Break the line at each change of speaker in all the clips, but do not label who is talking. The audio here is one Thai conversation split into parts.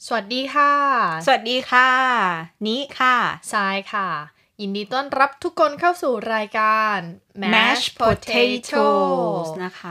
สวัสดีค่ะ
สวัสดีค่ะนิค่ะ
ทรายค่ะยินดีต้อนรับทุกคนเข้าสู่รายการ Mash
Mashed
Potato
Potatoes นะคะ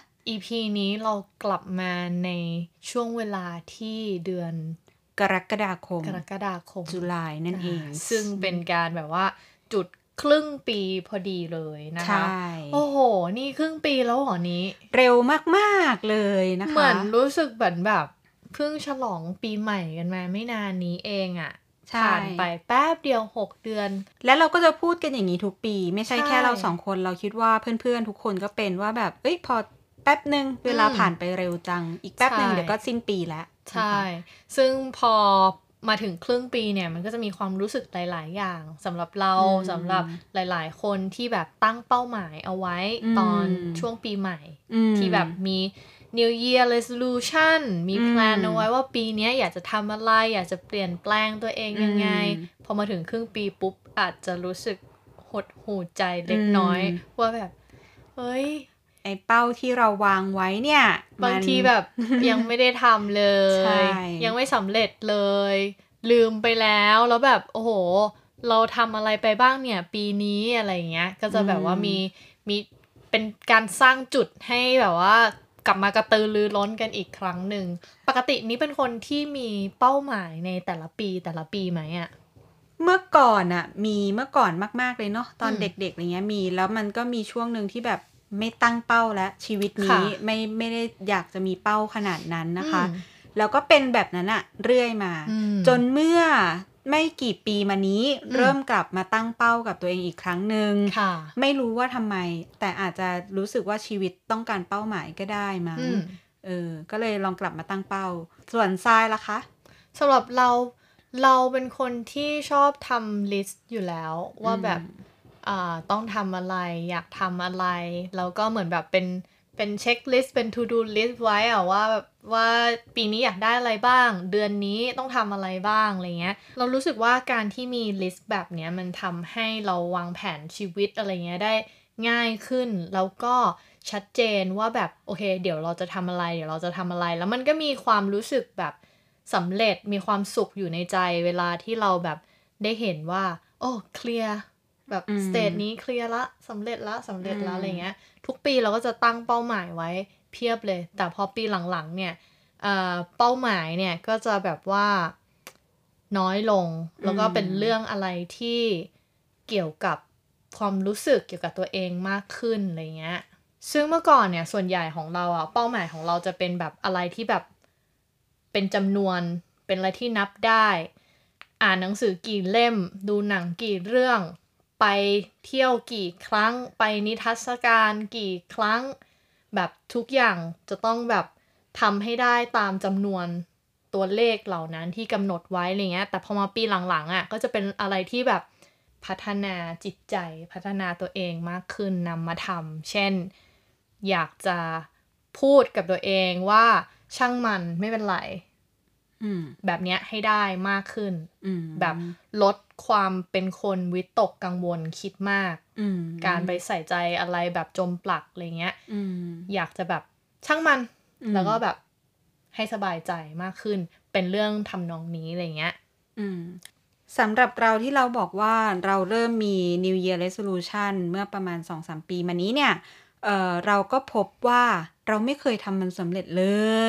EP นี้เรากลับมาในช่วงเวลาที่เดือน
กรกฎาคม
กรกฎาคม
จุลายนั่นเอง
ซึ่งเป็นการแบบว่าจุดครึ่งปีพอดีเลยนะ
ใช่
คะโอ้โหนี่ครึ่งปีแล้วเหรอนี้
เร็วมากๆเลยนะคะ
เหมือนรู้สึกเหมือนแบบเพิ่งฉลองปีใหม่กันมาไม่นานนี้เองอะ
ใช่
ผ่านไปแป๊บเดียว6 เดือน
และเราก็จะพูดกันอย่างนี้ทุกปี ไม่ใช่แค่เรา
ใช่
2 คนเราคิดว่าเพื่อนๆทุกคนก็เป็นว่าแบบพอแป๊บหนึ่งเวลาผ่านไปเร็วจัง อีกแป๊บหนึ่ง
ใช่
เดี๋ยวก็สิ้นปีแล้ว
ใช่
นะคะ
ซึ่งพอมาถึงครึ่งปีเนี่ยมันก็จะมีความรู้สึกหลาย ๆ อย่างสำหรับเราสำหรับหลาย ๆ คนที่แบบตั้งเป้าหมายเอาไว้ตอนช่วงปีใหม่ที่แบบมี New Year Resolution มีแพลนเอาไว้ว่าปีนี้อยากจะทำอะไรอยากจะเปลี่ยนแปลงตัวเองยังไงพอมาถึงครึ่งปีปุ๊บอาจจะรู้สึกหดหู่ใจเล็กน้อยว่าแบบเฮ้ย
ไอ้เป้าที่เราวางไว้เนี่ย
บางทีแบบ ยังไม่ได้ทำเล
ใช่
ยยังไม่สำเร็จเลยลืมไปแล้วแบบโอ้โหเราทำอะไรไปบ้างเนี่ยปีนี้อะไรเงี้ยก็จะแบบว่ามีเป็นการสร้างจุดให้แบบว่ากลับมากระตือรือร้นกันอีกครั้งหนึ่งปกตินี้เป็นคนที่มีเป้าหมายในแต่ละปีไหมอะ
เมื่อก่อนอะมีเมื่อก่อนมากๆเลยเนาะตอนเด็กๆอะไรเงี้ยมีแล้วมันก็มีช่วงหนึ่งที่แบบไม่ตั้งเป้าแล้วชีวิตนี้ไม่ได้อยากจะมีเป้าขนาดนั้นนะคะแล้วก็เป็นแบบนั้นอะเรื่อยมาจนเมื่อไม่กี่ปีมานี้เริ่มกลับมาตั้งเป้ากับตัวเองอีกครั้งหนึ่งไม่รู้ว่าทำไมแต่อาจจะรู้สึกว่าชีวิตต้องการเป้าหมายก็ได้มั้งก็เลยลองกลับมาตั้งเป้าส่วนทรายล่ะคะ
สำหรับเราเป็นคนที่ชอบทำลิสต์อยู่แล้วว่าแบบต้องทำอะไรอยากทำอะไรแล้วก็เหมือนแบบเป็นเช็คลิสต์เป็น to do list ไว้อะว่าแบบว่าปีนี้อยากได้อะไรบ้างเดือนนี้ต้องทำอะไรบ้างอะไรเงี้ยเรารู้สึกว่าการที่มีลิสต์แบบเนี้ยมันทำให้เราวางแผนชีวิตอะไรเงี้ยได้ง่ายขึ้นแล้วก็ชัดเจนว่าแบบโอเคเดี๋ยวเราจะทำอะไรแล้วมันก็มีความรู้สึกแบบสำเร็จมีความสุขอยู่ในใจเวลาที่เราแบบได้เห็นว่าโอ้เคลียร์แบบสเตจนี้เคลียร์ละสำเร็จละอะไรเงี้ยทุกปีเราก็จะตั้งเป้าหมายไว้เพียบเลยแต่พอปีหลังๆเนี่ยเป้าหมายเนี่ยก็จะแบบว่าน้อยลงแล้วก็เป็นเรื่องอะไรที่เกี่ยวกับความรู้สึกเกี่ยวกับตัวเองมากขึ้นอะไรเงี้ยซึ่งเมื่อก่อนเนี่ยส่วนใหญ่ของเราอะเป้าหมายของเราจะเป็นแบบอะไรที่แบบเป็นจำนวนเป็นอะไรที่นับได้อ่านหนังสือกี่เล่มดูหนังกี่เรื่องไปเที่ยวกี่ครั้งไปนิทรรศการกี่ครั้งแบบทุกอย่างจะต้องแบบทำให้ได้ตามจำนวนตัวเลขเหล่านั้นที่กำหนดไว้อะไรเงี้ยแต่พอมาปีหลังๆอ่ะก็จะเป็นอะไรที่แบบพัฒนาจิตใจพัฒนาตัวเองมากขึ้นนำมาทำเช่นอยากจะพูดกับตัวเองว่าช่างมันไม่เป็นไรแบบเนี้ยให้ได้มากขึ้นแบบลดความเป็นคนวิตกกังวลคิดมากการไปใส่ใจอะไรแบบจมปลักอะไรเงี้ยอยากจะแบบช่างมันแล้วก็แบบให้สบายใจมากขึ้นเป็นเรื่องทำนองนี้อะไรเงี้ย
สำหรับเราที่เราบอกว่าเราเริ่มมี New Year Resolution เมื่อประมาณ 2-3 ปีมานี้เนี่ยเราก็พบว่าเราไม่เคยทำมันสำเร็จเลย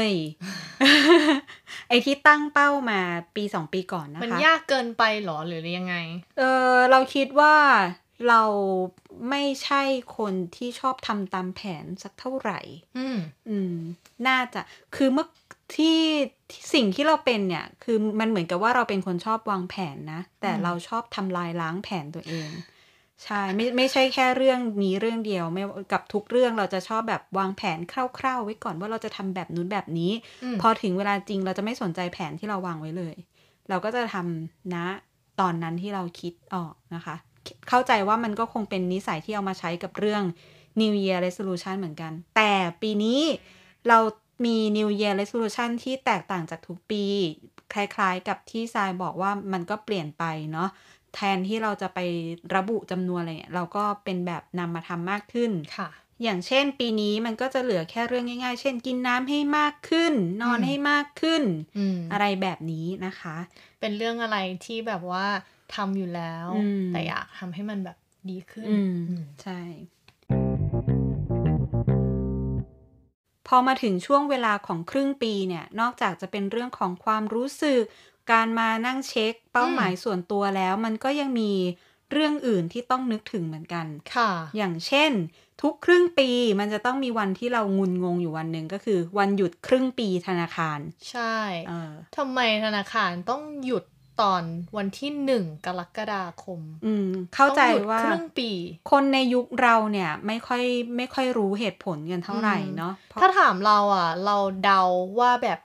ไอ้ที่ตั้งเป้ามาปี2ปีก่อนนะคะ
มันยากเกินไปหรอหรือยังไง
เราคิดว่าเราไม่ใช่คนที่ชอบทำตามแผนสักเท่าไหร่น่าจะคือเมื่อที่สิ่งที่เราเป็นเนี่ยคือมันเหมือนกับว่าเราเป็นคนชอบวางแผนนะแต่เราชอบทำลายล้างแผนตัวเองใช่ไม่ใช่แค่เรื่องนี้เรื่องเดียวไม่กับทุกเรื่องเราจะชอบแบบวางแผนคร่าวๆไว้ก่อนว่าเราจะทำแบบนู้นแบบนี้พอถึงเวลาจริงเราจะไม่สนใจแผนที่เราวางไว้เลยเราก็จะทำนะตอนนั้นที่เราคิดออกนะคะเข้าใจว่ามันก็คงเป็นนิสัยที่เอามาใช้กับเรื่อง New Year Resolution เหมือนกันแต่ปีนี้เรามี New Year Resolution ที่แตกต่างจากทุกปีคล้ายๆกับที่ทรายบอกว่ามันก็เปลี่ยนไปเนาะแทนที่เราจะไประบุจำนวนอะไรเราก็เป็นแบบนำมาทำมากขึ้นอย่างเช่นปีนี้มันก็จะเหลือแค่เรื่องง่ายๆเช่นกินน้ำให้มากขึ้นนอนให้มากขึ้นอะไรแบบนี้นะคะ
เป็นเรื่องอะไรที่แบบว่าทำอยู่แล้วแต่อยากทำให้มันแบบดีขึ้น
ใช่พอมาถึงช่วงเวลาของครึ่งปีเนี่ยนอกจากจะเป็นเรื่องของความรู้สึกการมานั่งเช็คเป้าหมายส่วนตัวแล้วมันก็ยังมีเรื่องอื่นที่ต้องนึกถึงเหมือนกัน
ค่ะ
อย่างเช่นทุกครึ่งปีมันจะต้องมีวันที่เรางุนงงอยู่วันหนึ่งก็คือวันหยุดครึ่งปีธนาคาร
ใช่ทำไมธนาคารต้องหยุดตอนวันที่1 กรกฎาคม
เข้าใจว่า
ครึ่งปี
คนในยุคเราเนี่ยไม่ค่อยรู้เหตุผลกันเท่าไหร่เนาะ
ถ้าถามเราเราเดาว่าแบบ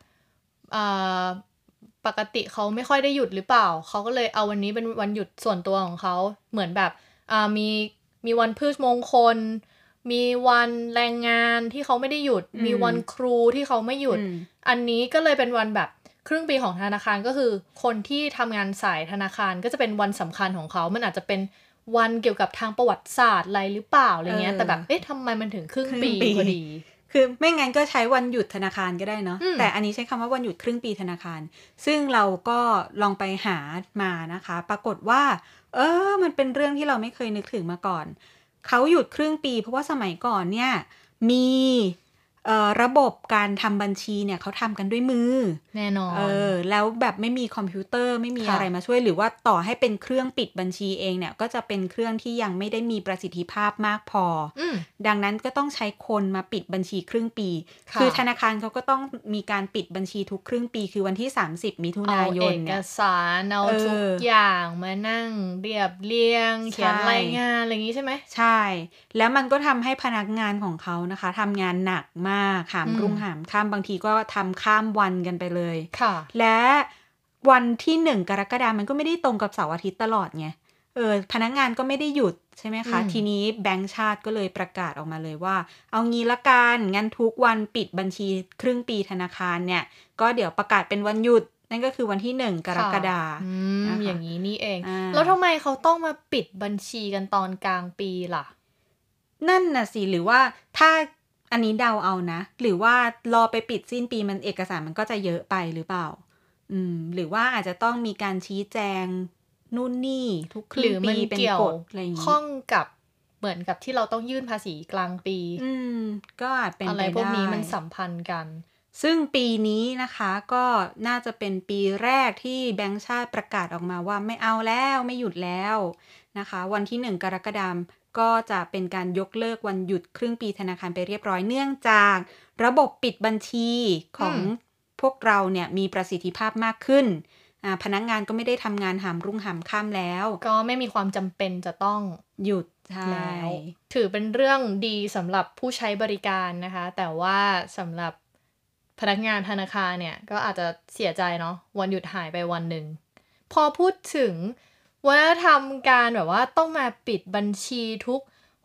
ปกติเขาไม่ค่อยได้หยุดหรือเปล่าเขาก็เลยเอาวันนี้เป็นวันหยุดส่วนตัวของเขาเหมือนแบบมีวันพฤชมงคลมีวันแรงงานที่เขาไม่ได้หยุดมีวันครูที่เขาไม่หยุดอันนี้ก็เลยเป็นวันแบบครึ่งปีของธนาคารก็คือคนที่ทำงานสายธนาคารก็จะเป็นวันสำคัญของเขามันอาจจะเป็นวันเกี่ยวกับทางประวัติศาสตร์อะไรหรือเปล่าอะไรเงี้ยแต่แบบทำไมมันถึงครึ่งปีพอดี
คือไม่งั้นก็ใช้วันหยุดธนาคารก็ได้เนาะแต่อันนี้ใช้คำว่าวันหยุดครึ่งปีธนาคารซึ่งเราก็ลองไปหามานะคะปรากฏว่ามันเป็นเรื่องที่เราไม่เคยนึกถึงมาก่อนเขาหยุดครึ่งปีเพราะว่าสมัยก่อนเนี่ยมีระบบการทำบัญชีเนี่ยเขาทำกันด้วยมือ
แน่นอน
แล้วแบบไม่มีคอมพิวเตอร์ไม่มีอะไรมาช่วยหรือว่าต่อให้เป็นเครื่องปิดบัญชีเองเนี่ยก็จะเป็นเครื่องที่ยังไม่ได้มีประสิทธิภาพมากพอดังนั้นก็ต้องใช้คนมาปิดบัญชีครึ่งปีคือธนาคารเขาก็ต้องมีการปิดบัญชีทุกครึ่งปีคือวันที่30มิถุนายน
เนี่ยเอาเอกสารเอาทุกอย่างมานั่งเรียบเรียงเขียนรายงานอะไรอย่างนี้ใช่ไหม
ใช่แล้วมันก็ทำให้พนักงานของเขานะคะทำงานหนักมากหามรุ่งหามค่ำบางทีก็ทำข้ามวันกันไปเลยและวันที่1 กรกฎาคมมันก็ไม่ได้ตรงกับเสาร์อาทิตย์ตลอดไงพนักงานก็ไม่ได้หยุดใช่ไหมคะทีนี้แบงก์ชาติก็เลยประกาศออกมาเลยว่าเอางี้ละกันงั้นทุกวันปิดบัญชีครึ่งปีธนาคารเนี่ยก็เดี๋ยวประกาศเป็นวันหยุดนั่นก็คือวันที่1 กรกฎาคม
อย่างนี้นี่เองแล้วทำไมเขาต้องมาปิดบัญชีกันตอนกลางปีล่ะ
นั่นน่ะสิหรือว่าถ้าอันนี้เดาเอานะหรือว่ารอไปปิดสิ้นปีมันเอกสารมันก็จะเยอะไปหรือเปล่าหรือว่าอาจจะต้องมีการชี้แจงนู่นนี่ทุกครึ่งปีเป็นกฎอะไรอย่างนี้
ข้องกับเหมือนกับที่เราต้องยื่นภาษีกลางปี
ก็อาจเป็น
อะไรพวกนี้มันสัมพันธ์กัน
ซึ่งปีนี้นะคะก็น่าจะเป็นปีแรกที่แบงก์ชาติประกาศออกมาว่าไม่เอาแล้วไม่หยุดแล้วนะคะวันที่1 กรกฎาคมก็จะเป็นการยกเลิกวันหยุดครึ่งปีธนาคารไปเรียบร้อยเนื่องจากระบบปิดบัญชีของพวกเราเนี่ยมีประสิทธิภาพมากขึ้นพนักงานก็ไม่ได้ทำงานหามรุ่งหามค่ำแล้ว
ก็ไม่มีความจำเป็นจะต้อง
หยุดแล้ว
ถือเป็นเรื่องดีสำหรับผู้ใช้บริการนะคะแต่ว่าสำหรับพนักงานธนาคารเนี่ยก็อาจจะเสียใจเนาะวันหยุดหายไปวันหนึ่งพอพูดถึงวัฒนธรรมการแบบว่าต้องมาปิดบัญชีทุก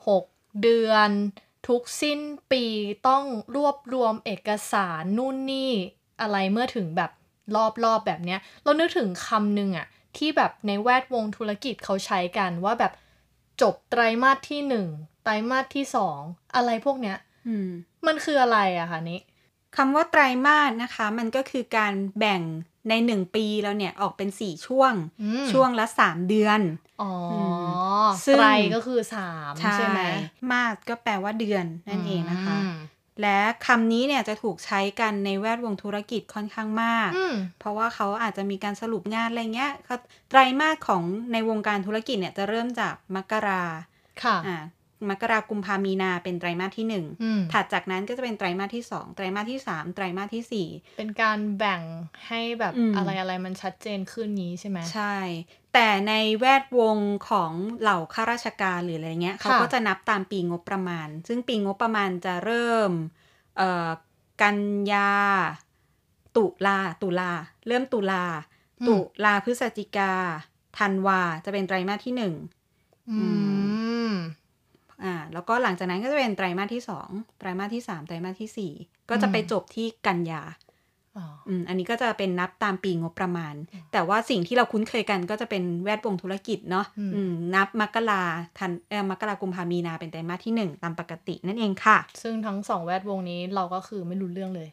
6 เดือนทุกสิ้นปีต้องรวบรวมเอกสารนู่นนี่อะไรเมื่อถึงแบบรอบแบบเนี้ยเรานึกถึงคำหนึ่งอะที่แบบในแวดวงธุรกิจเขาใช้กันว่าแบบจบไตรมาสที่1ไตรมาสที่2อะไรพวกเนี้ยมันคืออะไรอะคะนี้
คำว่าไตรมาสนะคะมันก็คือการแบ่งใน1ปีแล้วเนี่ยออกเป็น4ช่วงละ3 เดือน
ไตรก็คือ3ใช่ไหม
มาสก็แปลว่าเดือนนั่นเองนะคะและคำนี้เนี่ยจะถูกใช้กันในแวดวงธุรกิจค่อนข้างมากเพราะว่าเขาอาจจะมีการสรุปงานอะไรเงี้ยไตรมาสของในวงการธุรกิจเนี่ยจะเริ่มจากมกรามกรากุมภามีนาเป็นไตรมาสที่1ถัดจากนั้นก็จะเป็นไตรมาสที่2ไตรมาสที่3ไตรมาสที่4
เป็นการแบ่งให้แบบอะไรมันชัดเจนขึ้นนี้ใช่ไหม
ใช่แต่ในแวดวงของเหล่าข้าราชการหรืออะไรเงี้ยเขาก็จะนับตามปีงบประมาณซึ่งปีงบประมาณจะเริ่มกันยาตุลาเริ่มตุลาพฤศจิกาธันวาจะเป็นไตรมาสที่1แล้วก็หลังจากนั้นก็จะเป็นไตรมาสที่2ไตรมาสที่3ไตรมาสที่4ก็จะไปจบที่กันยาอันนี้ก็จะเป็นนับตามปีงบประมาณแต่ว่าสิ่งที่เราคุ้นเคยกันก็จะเป็นแวดวงธุรกิจเนาะนับมกรากุมภามีนาเป็นไตรมาสที่1ตามปกตินั่นเองค่ะ
ซึ่งทั้ง2แวดวงนี้เราก็คือไม่รู้เรื่องเลย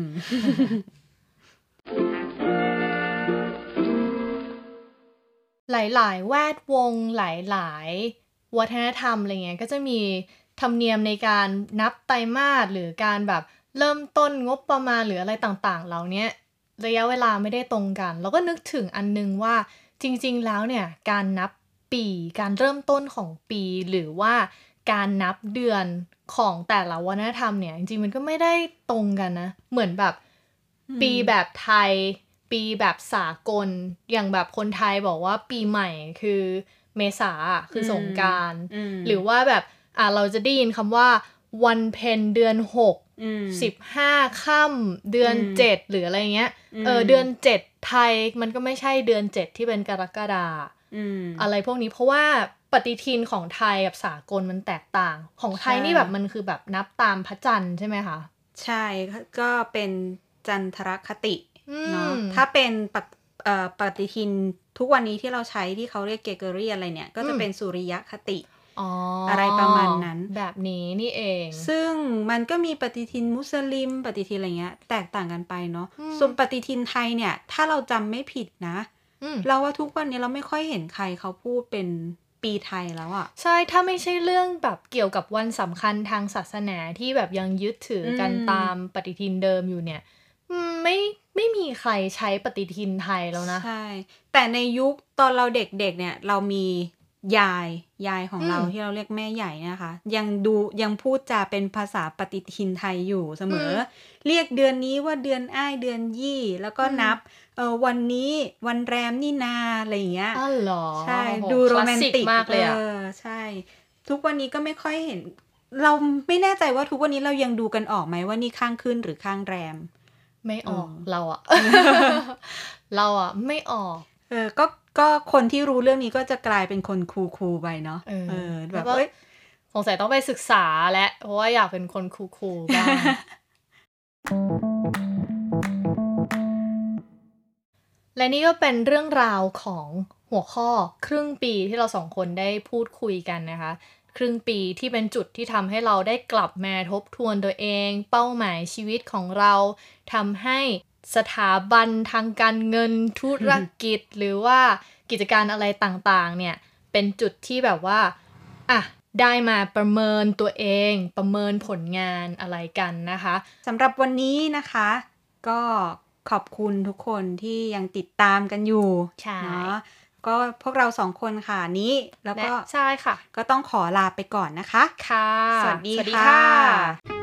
หลายๆแวดวงหลายๆวัฒนธรรมอะไรเงี้ยก็จะมีธรรมเนียมในการนับไตรมาสหรือการแบบเริ่มต้นงบประมาณหรืออะไรต่างๆเหล่านี้ระยะเวลาไม่ได้ตรงกันเราก็นึกถึงอันนึงว่าจริงๆแล้วเนี่ยการนับปีการเริ่มต้นของปีหรือว่าการนับเดือนของแต่ละวัฒนธรรมเนี่ยจริงๆมันก็ไม่ได้ตรงกันนะเหมือนแบบปีแบบไทยปีแบบสากลอย่างแบบคนไทยบอกว่าปีใหม่คือเมษาคือสงกรานต์หรือว่าแบบเราจะได้ยินคำว่าวันเพ็ญเดือน6 15ค่ำเดือน7หรืออะไรเงี้ยเดือน7ไทยมันก็ไม่ใช่เดือน7ที่เป็นกรกฎาอะไรพวกนี้เพราะว่าปฏิทินของไทยกับสากลมันแตกต่างของไทยนี่แบบมันคือแบบนับตามพระจันทร์ใช่ไหมคะ
ใช่ก็เป็นจันทรคติเนาะถ้าเป็นปฏิทินทุกวันนี้ที่เราใช้ที่เขาเรียกเกเกอรี่อะไรเนี่ยก็จะเป็นสุริยคติอะไรประมาณนั้น
แบบนี้นี่เอง
ซึ่งมันก็มีปฏิทินมุสลิมปฏิทินอะไรเงี้ยแตกต่างกันไปเนาะส่วนปฏิทินไทยเนี่ยถ้าเราจำไม่ผิดนะเราว่าทุกวันนี้เราไม่ค่อยเห็นใครเขาพูดเป็นปีไทยแล้วอ่ะ
ใช่ถ้าไม่ใช่เรื่องแบบเกี่ยวกับวันสำคัญทางศาสนาที่แบบยังยึดถือกันตามปฏิทินเดิมอยู่เนี่ยไม่มีใครใช้ปฏิทินไทยแล้วนะ
ใช่แต่ในยุคตอนเราเด็กๆเนี่ยเรามียายของเราที่เราเรียกแม่ใหญ่นะคะยังพูดจาเป็นภาษาปฏิทินไทยอยู่เสมอเรียกเดือนนี้ว่าเดือนอ้ายเดือนยี่แล้วก็นับวันนี้วันแรมนี่นาอะไรอย่างเงี้ย
เหรอ
ใช่ดูโรแมนติก
มากเลย
ใช่ทุกวันนี้ก็ไม่ค่อยเห็นเราไม่แน่ใจว่าทุกวันนี้เรายังดูกันออกไหมว่านี่ข้างขึ้นหรือข้างแรม
ไม่ออกเราอะ เราอะไม่ออก
ก็คนที่รู้เรื่องนี้ก็จะกลายเป็นคนคูลๆไปเนาะ
แบบสงสัยต้องไปศึกษาและเพราะว่าอยากเป็นคนคูลๆบ้าง และนี่ก็เป็นเรื่องราวของหัวข้อครึ่งปีที่เรา2คนได้พูดคุยกันนะคะครึ่งปีที่เป็นจุดที่ทำให้เราได้กลับมาทบทวนตัวเองเป้าหมายชีวิตของเราทำให้สถาบันทางการเงินธุรกิจ หรือว่ากิจการอะไรต่างๆเนี่ยเป็นจุดที่แบบว่าได้มาประเมินตัวเองประเมินผลงานอะไรกันนะคะ
สำหรับวันนี้นะคะก็ขอบคุณทุกคนที่ยังติดตามกันอยู่เนาะก็พวกเรา2คนค่ะนี้แล้วก็
ใช่ค่ะ
ก็ต้องขอลาไปก่อนนะคะ
ค่ะ
สวัสดีค่ะ